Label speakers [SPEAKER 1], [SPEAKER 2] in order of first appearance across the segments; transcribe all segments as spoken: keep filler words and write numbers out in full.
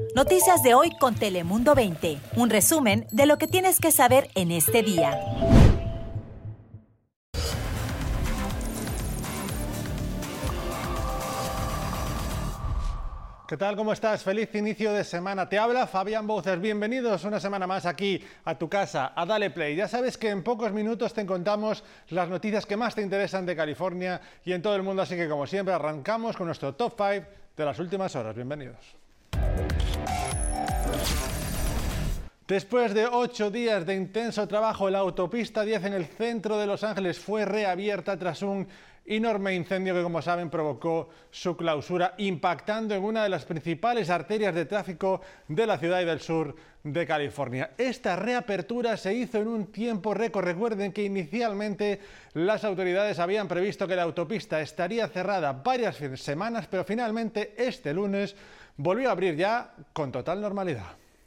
[SPEAKER 1] Noticias de hoy con Telemundo veinte. Un resumen de lo que tienes que saber en este día.
[SPEAKER 2] ¿Qué tal? ¿Cómo estás? Feliz inicio de semana. Te habla Fabián Boucer. Bienvenidos una semana más aquí a tu casa, a Dale Play. Ya sabes que en pocos minutos te contamos las noticias que más te interesan de California y en todo el mundo. Así que, como siempre, arrancamos con nuestro top cinco de las últimas horas. Bienvenidos. Después de ocho días de intenso trabajo, la autopista diez en el centro de Los Ángeles fue reabierta tras un enorme incendio que, como saben, provocó su clausura, impactando en una de las principales arterias de tráfico de la ciudad y del sur de California. Esta reapertura se hizo en un tiempo récord. Recuerden que inicialmente las autoridades habían previsto que la autopista estaría cerrada varias semanas, pero finalmente este lunes volvió a abrir ya con total normalidad.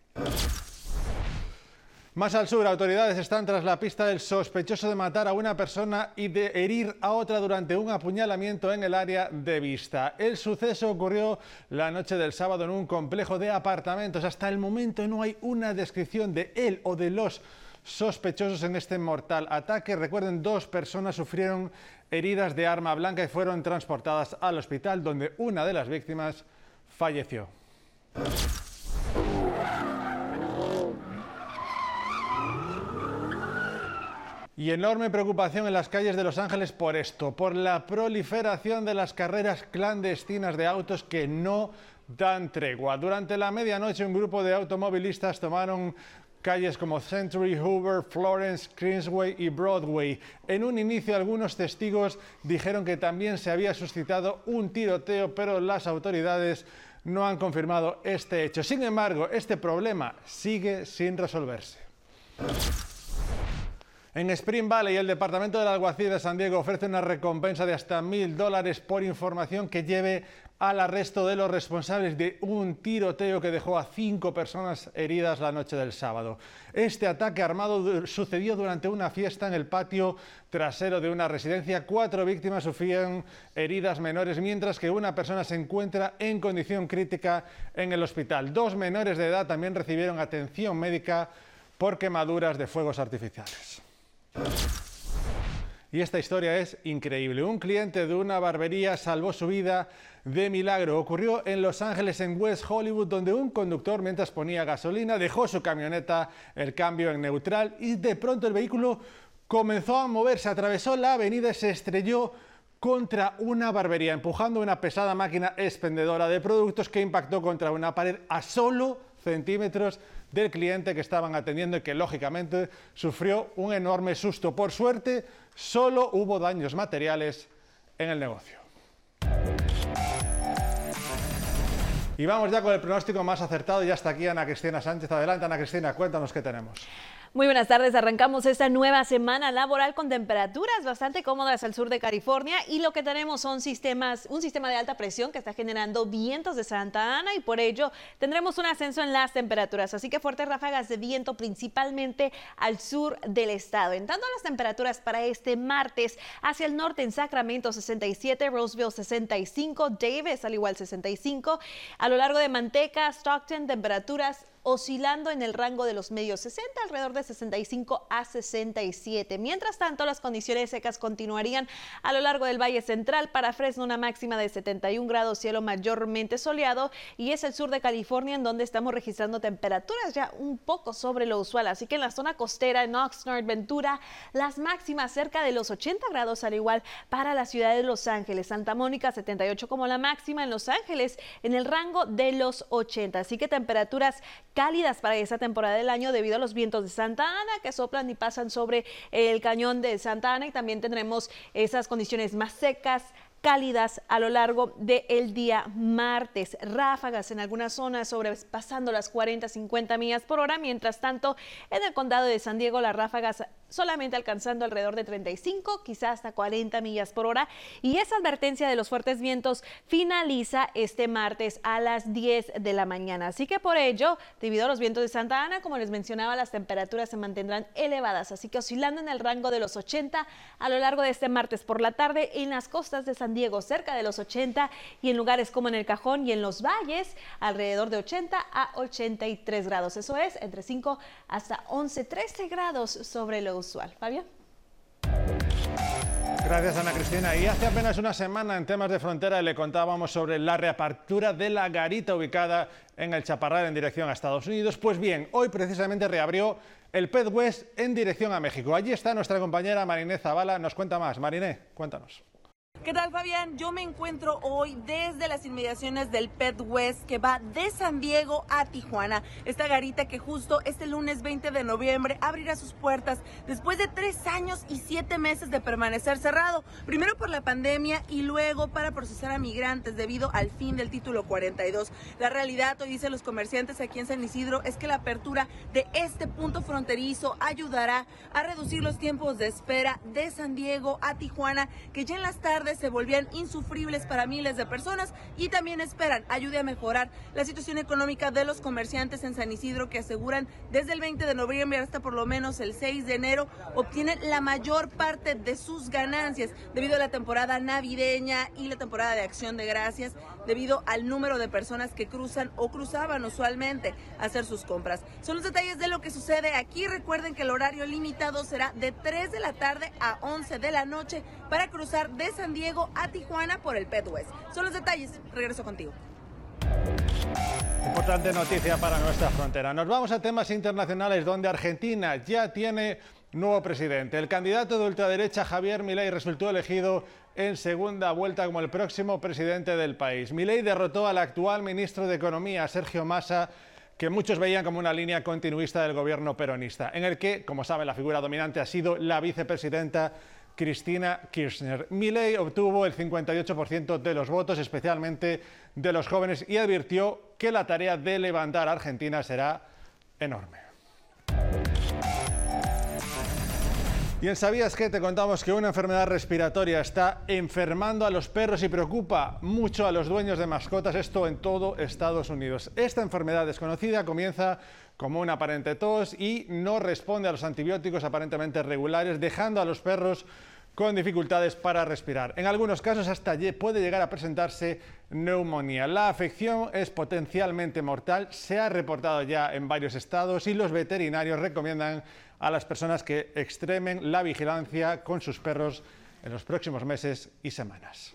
[SPEAKER 2] Más al sur, autoridades están tras la pista del sospechoso de matar a una persona y de herir a otra durante un apuñalamiento en el área de Vista. El suceso ocurrió la noche del sábado en un complejo de apartamentos. Hasta el momento no hay una descripción de él o de los sospechosos en este mortal ataque. Recuerden, dos personas sufrieron heridas de arma blanca y fueron transportadas al hospital, donde una de las víctimas falleció. Y enorme preocupación en las calles de Los Ángeles por esto, por la proliferación de las carreras clandestinas de autos que no dan tregua. Durante la medianoche, un grupo de automovilistas tomaron calles como Century, Hoover, Florence, Queensway y Broadway. En un inicio, algunos testigos dijeron que también se había suscitado un tiroteo, pero las autoridades no han confirmado este hecho. Sin embargo, este problema sigue sin resolverse. En Spring Valley, el Departamento del Alguacil de San Diego ofrece una recompensa de hasta mil dólares por información que lleve al arresto de los responsables de un tiroteo que dejó a cinco personas heridas la noche del sábado. Este ataque armado sucedió durante una fiesta en el patio trasero de una residencia. Cuatro víctimas sufrieron heridas menores, mientras que una persona se encuentra en condición crítica en el hospital. Dos menores de edad también recibieron atención médica por quemaduras de fuegos artificiales. Y esta historia es increíble. Un cliente de una barbería salvó su vida de milagro. Ocurrió en Los Ángeles, en West Hollywood, donde un conductor, mientras ponía gasolina, dejó su camioneta, el cambio en neutral, y de pronto el vehículo comenzó a moverse, atravesó la avenida y se estrelló contra una barbería, empujando una pesada máquina expendedora de productos que impactó contra una pared a solo centímetros del cliente que estaban atendiendo y que lógicamente sufrió un enorme susto. Por suerte, solo hubo daños materiales en el negocio. Y vamos ya con el pronóstico más acertado. Ya está aquí Ana Cristina Sánchez. Adelante, Ana Cristina, cuéntanos qué tenemos.
[SPEAKER 3] Muy buenas tardes, arrancamos esta nueva semana laboral con temperaturas bastante cómodas al sur de California y lo que tenemos son sistemas, un sistema de alta presión que está generando vientos de Santa Ana y por ello tendremos un ascenso en las temperaturas, así que fuertes ráfagas de viento principalmente al sur del estado. En tanto, las temperaturas para este martes hacia el norte en Sacramento sesenta y siete, Roseville sesenta y cinco, Davis al igual sesenta y cinco, a lo largo de Manteca, Stockton, temperaturas oscilando en el rango de los medios sesenta, alrededor de sesenta y cinco a sesenta y siete. Mientras tanto, las condiciones secas continuarían a lo largo del Valle Central. Para Fresno, una máxima de setenta y un grados, cielo mayormente soleado, y es el sur de California en donde estamos registrando temperaturas ya un poco sobre lo usual. Así que en la zona costera, en Oxnard, Ventura, las máximas cerca de los ochenta grados, al igual para la ciudad de Los Ángeles. Santa Mónica, setenta y ocho como la máxima, en Los Ángeles en el rango de los ochenta. Así que temperaturas cálidas para esa temporada del año debido a los vientos de Santa Ana que soplan y pasan sobre el cañón de Santa Ana, y también tendremos esas condiciones más secas, cálidas a lo largo del día martes. Ráfagas en algunas zonas sobrepasando las cuarenta a cincuenta millas por hora. Mientras tanto, en el condado de San Diego las ráfagas solamente alcanzando alrededor de treinta y cinco, quizás hasta cuarenta millas por hora. Y esa advertencia de los fuertes vientos finaliza este martes a las diez de la mañana. Así que por ello, debido a los vientos de Santa Ana, como les mencionaba, las temperaturas se mantendrán elevadas, así que oscilando en el rango de los ochenta a lo largo de este martes por la tarde en las costas de San Diego, cerca de los ochenta, y en lugares como en el Cajón y en los valles, alrededor de ochenta a ochenta y tres grados. Eso es, entre cinco hasta once, trece grados sobre lo usual. Fabián.
[SPEAKER 2] Gracias, Ana Cristina. Y hace apenas una semana en Temas de Frontera le contábamos sobre la reapertura de la garita ubicada en el Chaparral en dirección a Estados Unidos. Pues bien, hoy precisamente reabrió el Pet West en dirección a México. Allí está nuestra compañera Mariné Zavala. Nos cuenta más. Mariné, cuéntanos.
[SPEAKER 4] ¿Qué tal, Fabián? Yo me encuentro hoy desde las inmediaciones del Pet West, que va de San Diego a Tijuana. Esta garita que justo este lunes veinte de noviembre abrirá sus puertas después de tres años y siete meses de permanecer cerrado. Primero por la pandemia y luego para procesar a migrantes debido al fin del título cuarenta y dos. La realidad, hoy dicen los comerciantes aquí en San Isidro, es que la apertura de este punto fronterizo ayudará a reducir los tiempos de espera de San Diego a Tijuana, que ya en las tardes se volvían insufribles para miles de personas, y también esperan ayude a mejorar la situación económica de los comerciantes en San Isidro, que aseguran desde el veinte de noviembre hasta por lo menos el seis de enero obtienen la mayor parte de sus ganancias debido a la temporada navideña y la temporada de Acción de Gracias, debido al número de personas que cruzan o cruzaban usualmente a hacer sus compras. Son los detalles de lo que sucede aquí. Recuerden que el horario limitado será de tres de la tarde a once de la noche para cruzar de San Diego a Tijuana por el Pet West. Son los detalles. Regreso contigo.
[SPEAKER 2] Importante noticia para nuestra frontera. Nos vamos a temas internacionales, donde Argentina ya tiene nuevo presidente. El candidato de ultraderecha Javier Milei resultó elegido en segunda vuelta como el próximo presidente del país. Milei derrotó al actual ministro de Economía, Sergio Massa, que muchos veían como una línea continuista del gobierno peronista, en el que, como saben, la figura dominante ha sido la vicepresidenta Cristina Kirchner. Milei obtuvo el cincuenta y ocho por ciento de los votos, especialmente de los jóvenes, y advirtió que la tarea de levantar a Argentina será enorme. Y en ¿Sabías qué? Te contamos que una enfermedad respiratoria está enfermando a los perros y preocupa mucho a los dueños de mascotas, esto en todo Estados Unidos. Esta enfermedad desconocida comienza como una aparente tos y no responde a los antibióticos aparentemente regulares, dejando a los perros con dificultades para respirar. En algunos casos hasta puede llegar a presentarse neumonía. La afección es potencialmente mortal, se ha reportado ya en varios estados y los veterinarios recomiendan a las personas que extremen la vigilancia con sus perros en los próximos meses y semanas.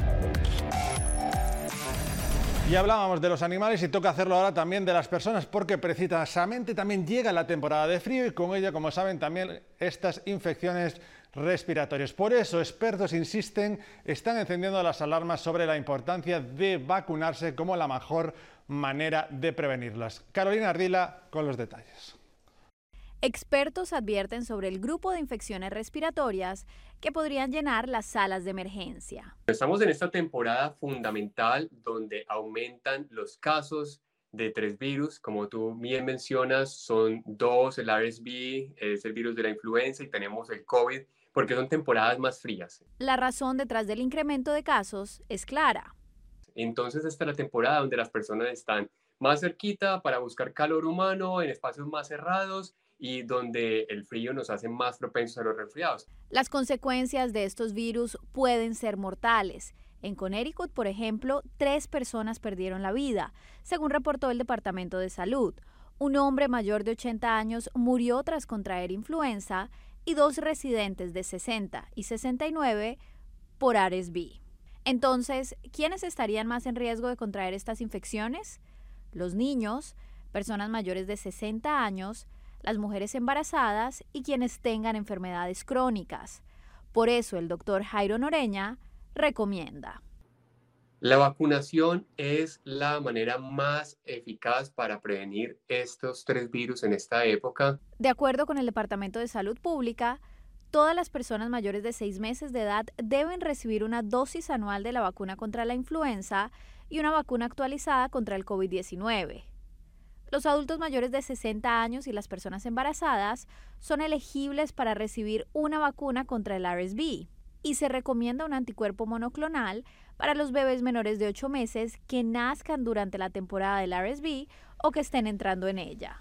[SPEAKER 2] Y hablábamos de los animales y toca hacerlo ahora también de las personas, porque precisamente también llega la temporada de frío y con ella, como saben, también estas infecciones respiratorias. Por eso, expertos insisten, están encendiendo las alarmas sobre la importancia de vacunarse como la mejor manera de prevenirlas. Carolina Ardila con los detalles.
[SPEAKER 5] Expertos advierten sobre el grupo de infecciones respiratorias que podrían llenar las salas de emergencia.
[SPEAKER 6] Estamos en esta temporada fundamental donde aumentan los casos de tres virus. Como tú bien mencionas, son dos, el R S V, es el virus de la influenza, y tenemos el COVID, porque son temporadas más frías.
[SPEAKER 5] La razón detrás del incremento de casos es clara.
[SPEAKER 6] Entonces esta es la temporada donde las personas están más cerquita para buscar calor humano en espacios más cerrados, y donde el frío nos hace más propensos a los resfriados.
[SPEAKER 5] Las consecuencias de estos virus pueden ser mortales. En Connecticut, por ejemplo, tres personas perdieron la vida, según reportó el Departamento de Salud. Un hombre mayor de ochenta años murió tras contraer influenza y dos residentes de sesenta y sesenta y nueve por R S V. Entonces, ¿quiénes estarían más en riesgo de contraer estas infecciones? Los niños, personas mayores de sesenta años, las mujeres embarazadas y quienes tengan enfermedades crónicas. Por eso el doctor Jairo Noreña recomienda.
[SPEAKER 6] La vacunación es la manera más eficaz para prevenir estos tres virus en esta época.
[SPEAKER 5] De acuerdo con el Departamento de Salud Pública, todas las personas mayores de seis meses de edad deben recibir una dosis anual de la vacuna contra la influenza y una vacuna actualizada contra el COVID diecinueve. Los adultos mayores de sesenta años y las personas embarazadas son elegibles para recibir una vacuna contra el R S V y se recomienda un anticuerpo monoclonal para los bebés menores de ocho meses que nazcan durante la temporada del R S V o que estén entrando en ella.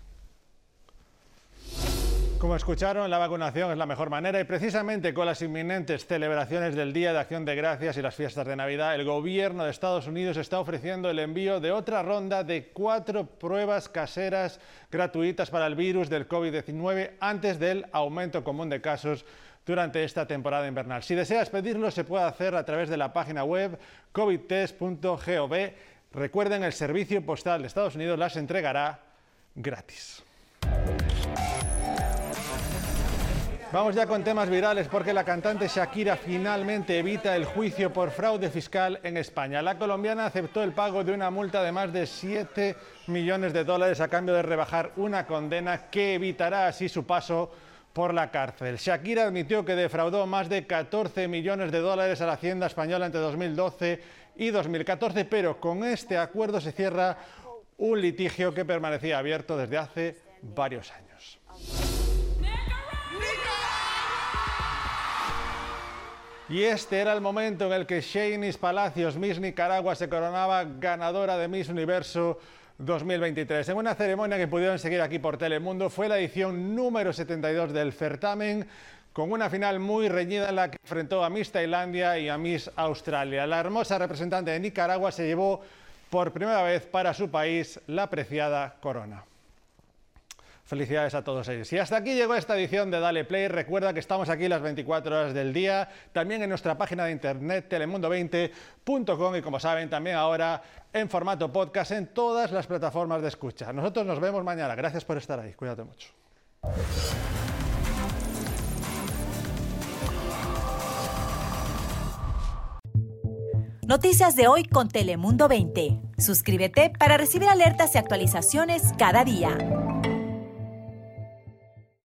[SPEAKER 2] Como escucharon, la vacunación es la mejor manera y precisamente con las inminentes celebraciones del Día de Acción de Gracias y las fiestas de Navidad, el gobierno de Estados Unidos está ofreciendo el envío de otra ronda de cuatro pruebas caseras gratuitas para el virus del COVID diecinueve antes del aumento común de casos durante esta temporada invernal. Si deseas pedirlo, se puede hacer a través de la página web covid test punto gov. Recuerden, el Servicio Postal de Estados Unidos las entregará gratis. Vamos ya con temas virales porque la cantante Shakira finalmente evita el juicio por fraude fiscal en España. La colombiana aceptó el pago de una multa de más de siete millones de dólares a cambio de rebajar una condena que evitará así su paso por la cárcel. Shakira admitió que defraudó más de catorce millones de dólares a la Hacienda española entre dos mil doce y dos mil catorce, pero con este acuerdo se cierra un litigio que permanecía abierto desde hace varios años. Y este era el momento en el que Shanice Palacios, Miss Nicaragua, se coronaba ganadora de Miss Universo dos mil veintitrés. En una ceremonia que pudieron seguir aquí por Telemundo, fue la edición número setenta y dos del certamen, con una final muy reñida en la que enfrentó a Miss Tailandia y a Miss Australia. La hermosa representante de Nicaragua se llevó por primera vez para su país la preciada corona. Felicidades a todos ellos. Y hasta aquí llegó esta edición de Dale Play. Recuerda que estamos aquí las veinticuatro horas del día, también en nuestra página de internet telemundo veinte punto com y, como saben, también ahora en formato podcast en todas las plataformas de escucha. Nosotros nos vemos mañana. Gracias por estar ahí. Cuídate mucho.
[SPEAKER 1] Noticias de hoy con Telemundo veinte. Suscríbete para recibir alertas y actualizaciones cada día.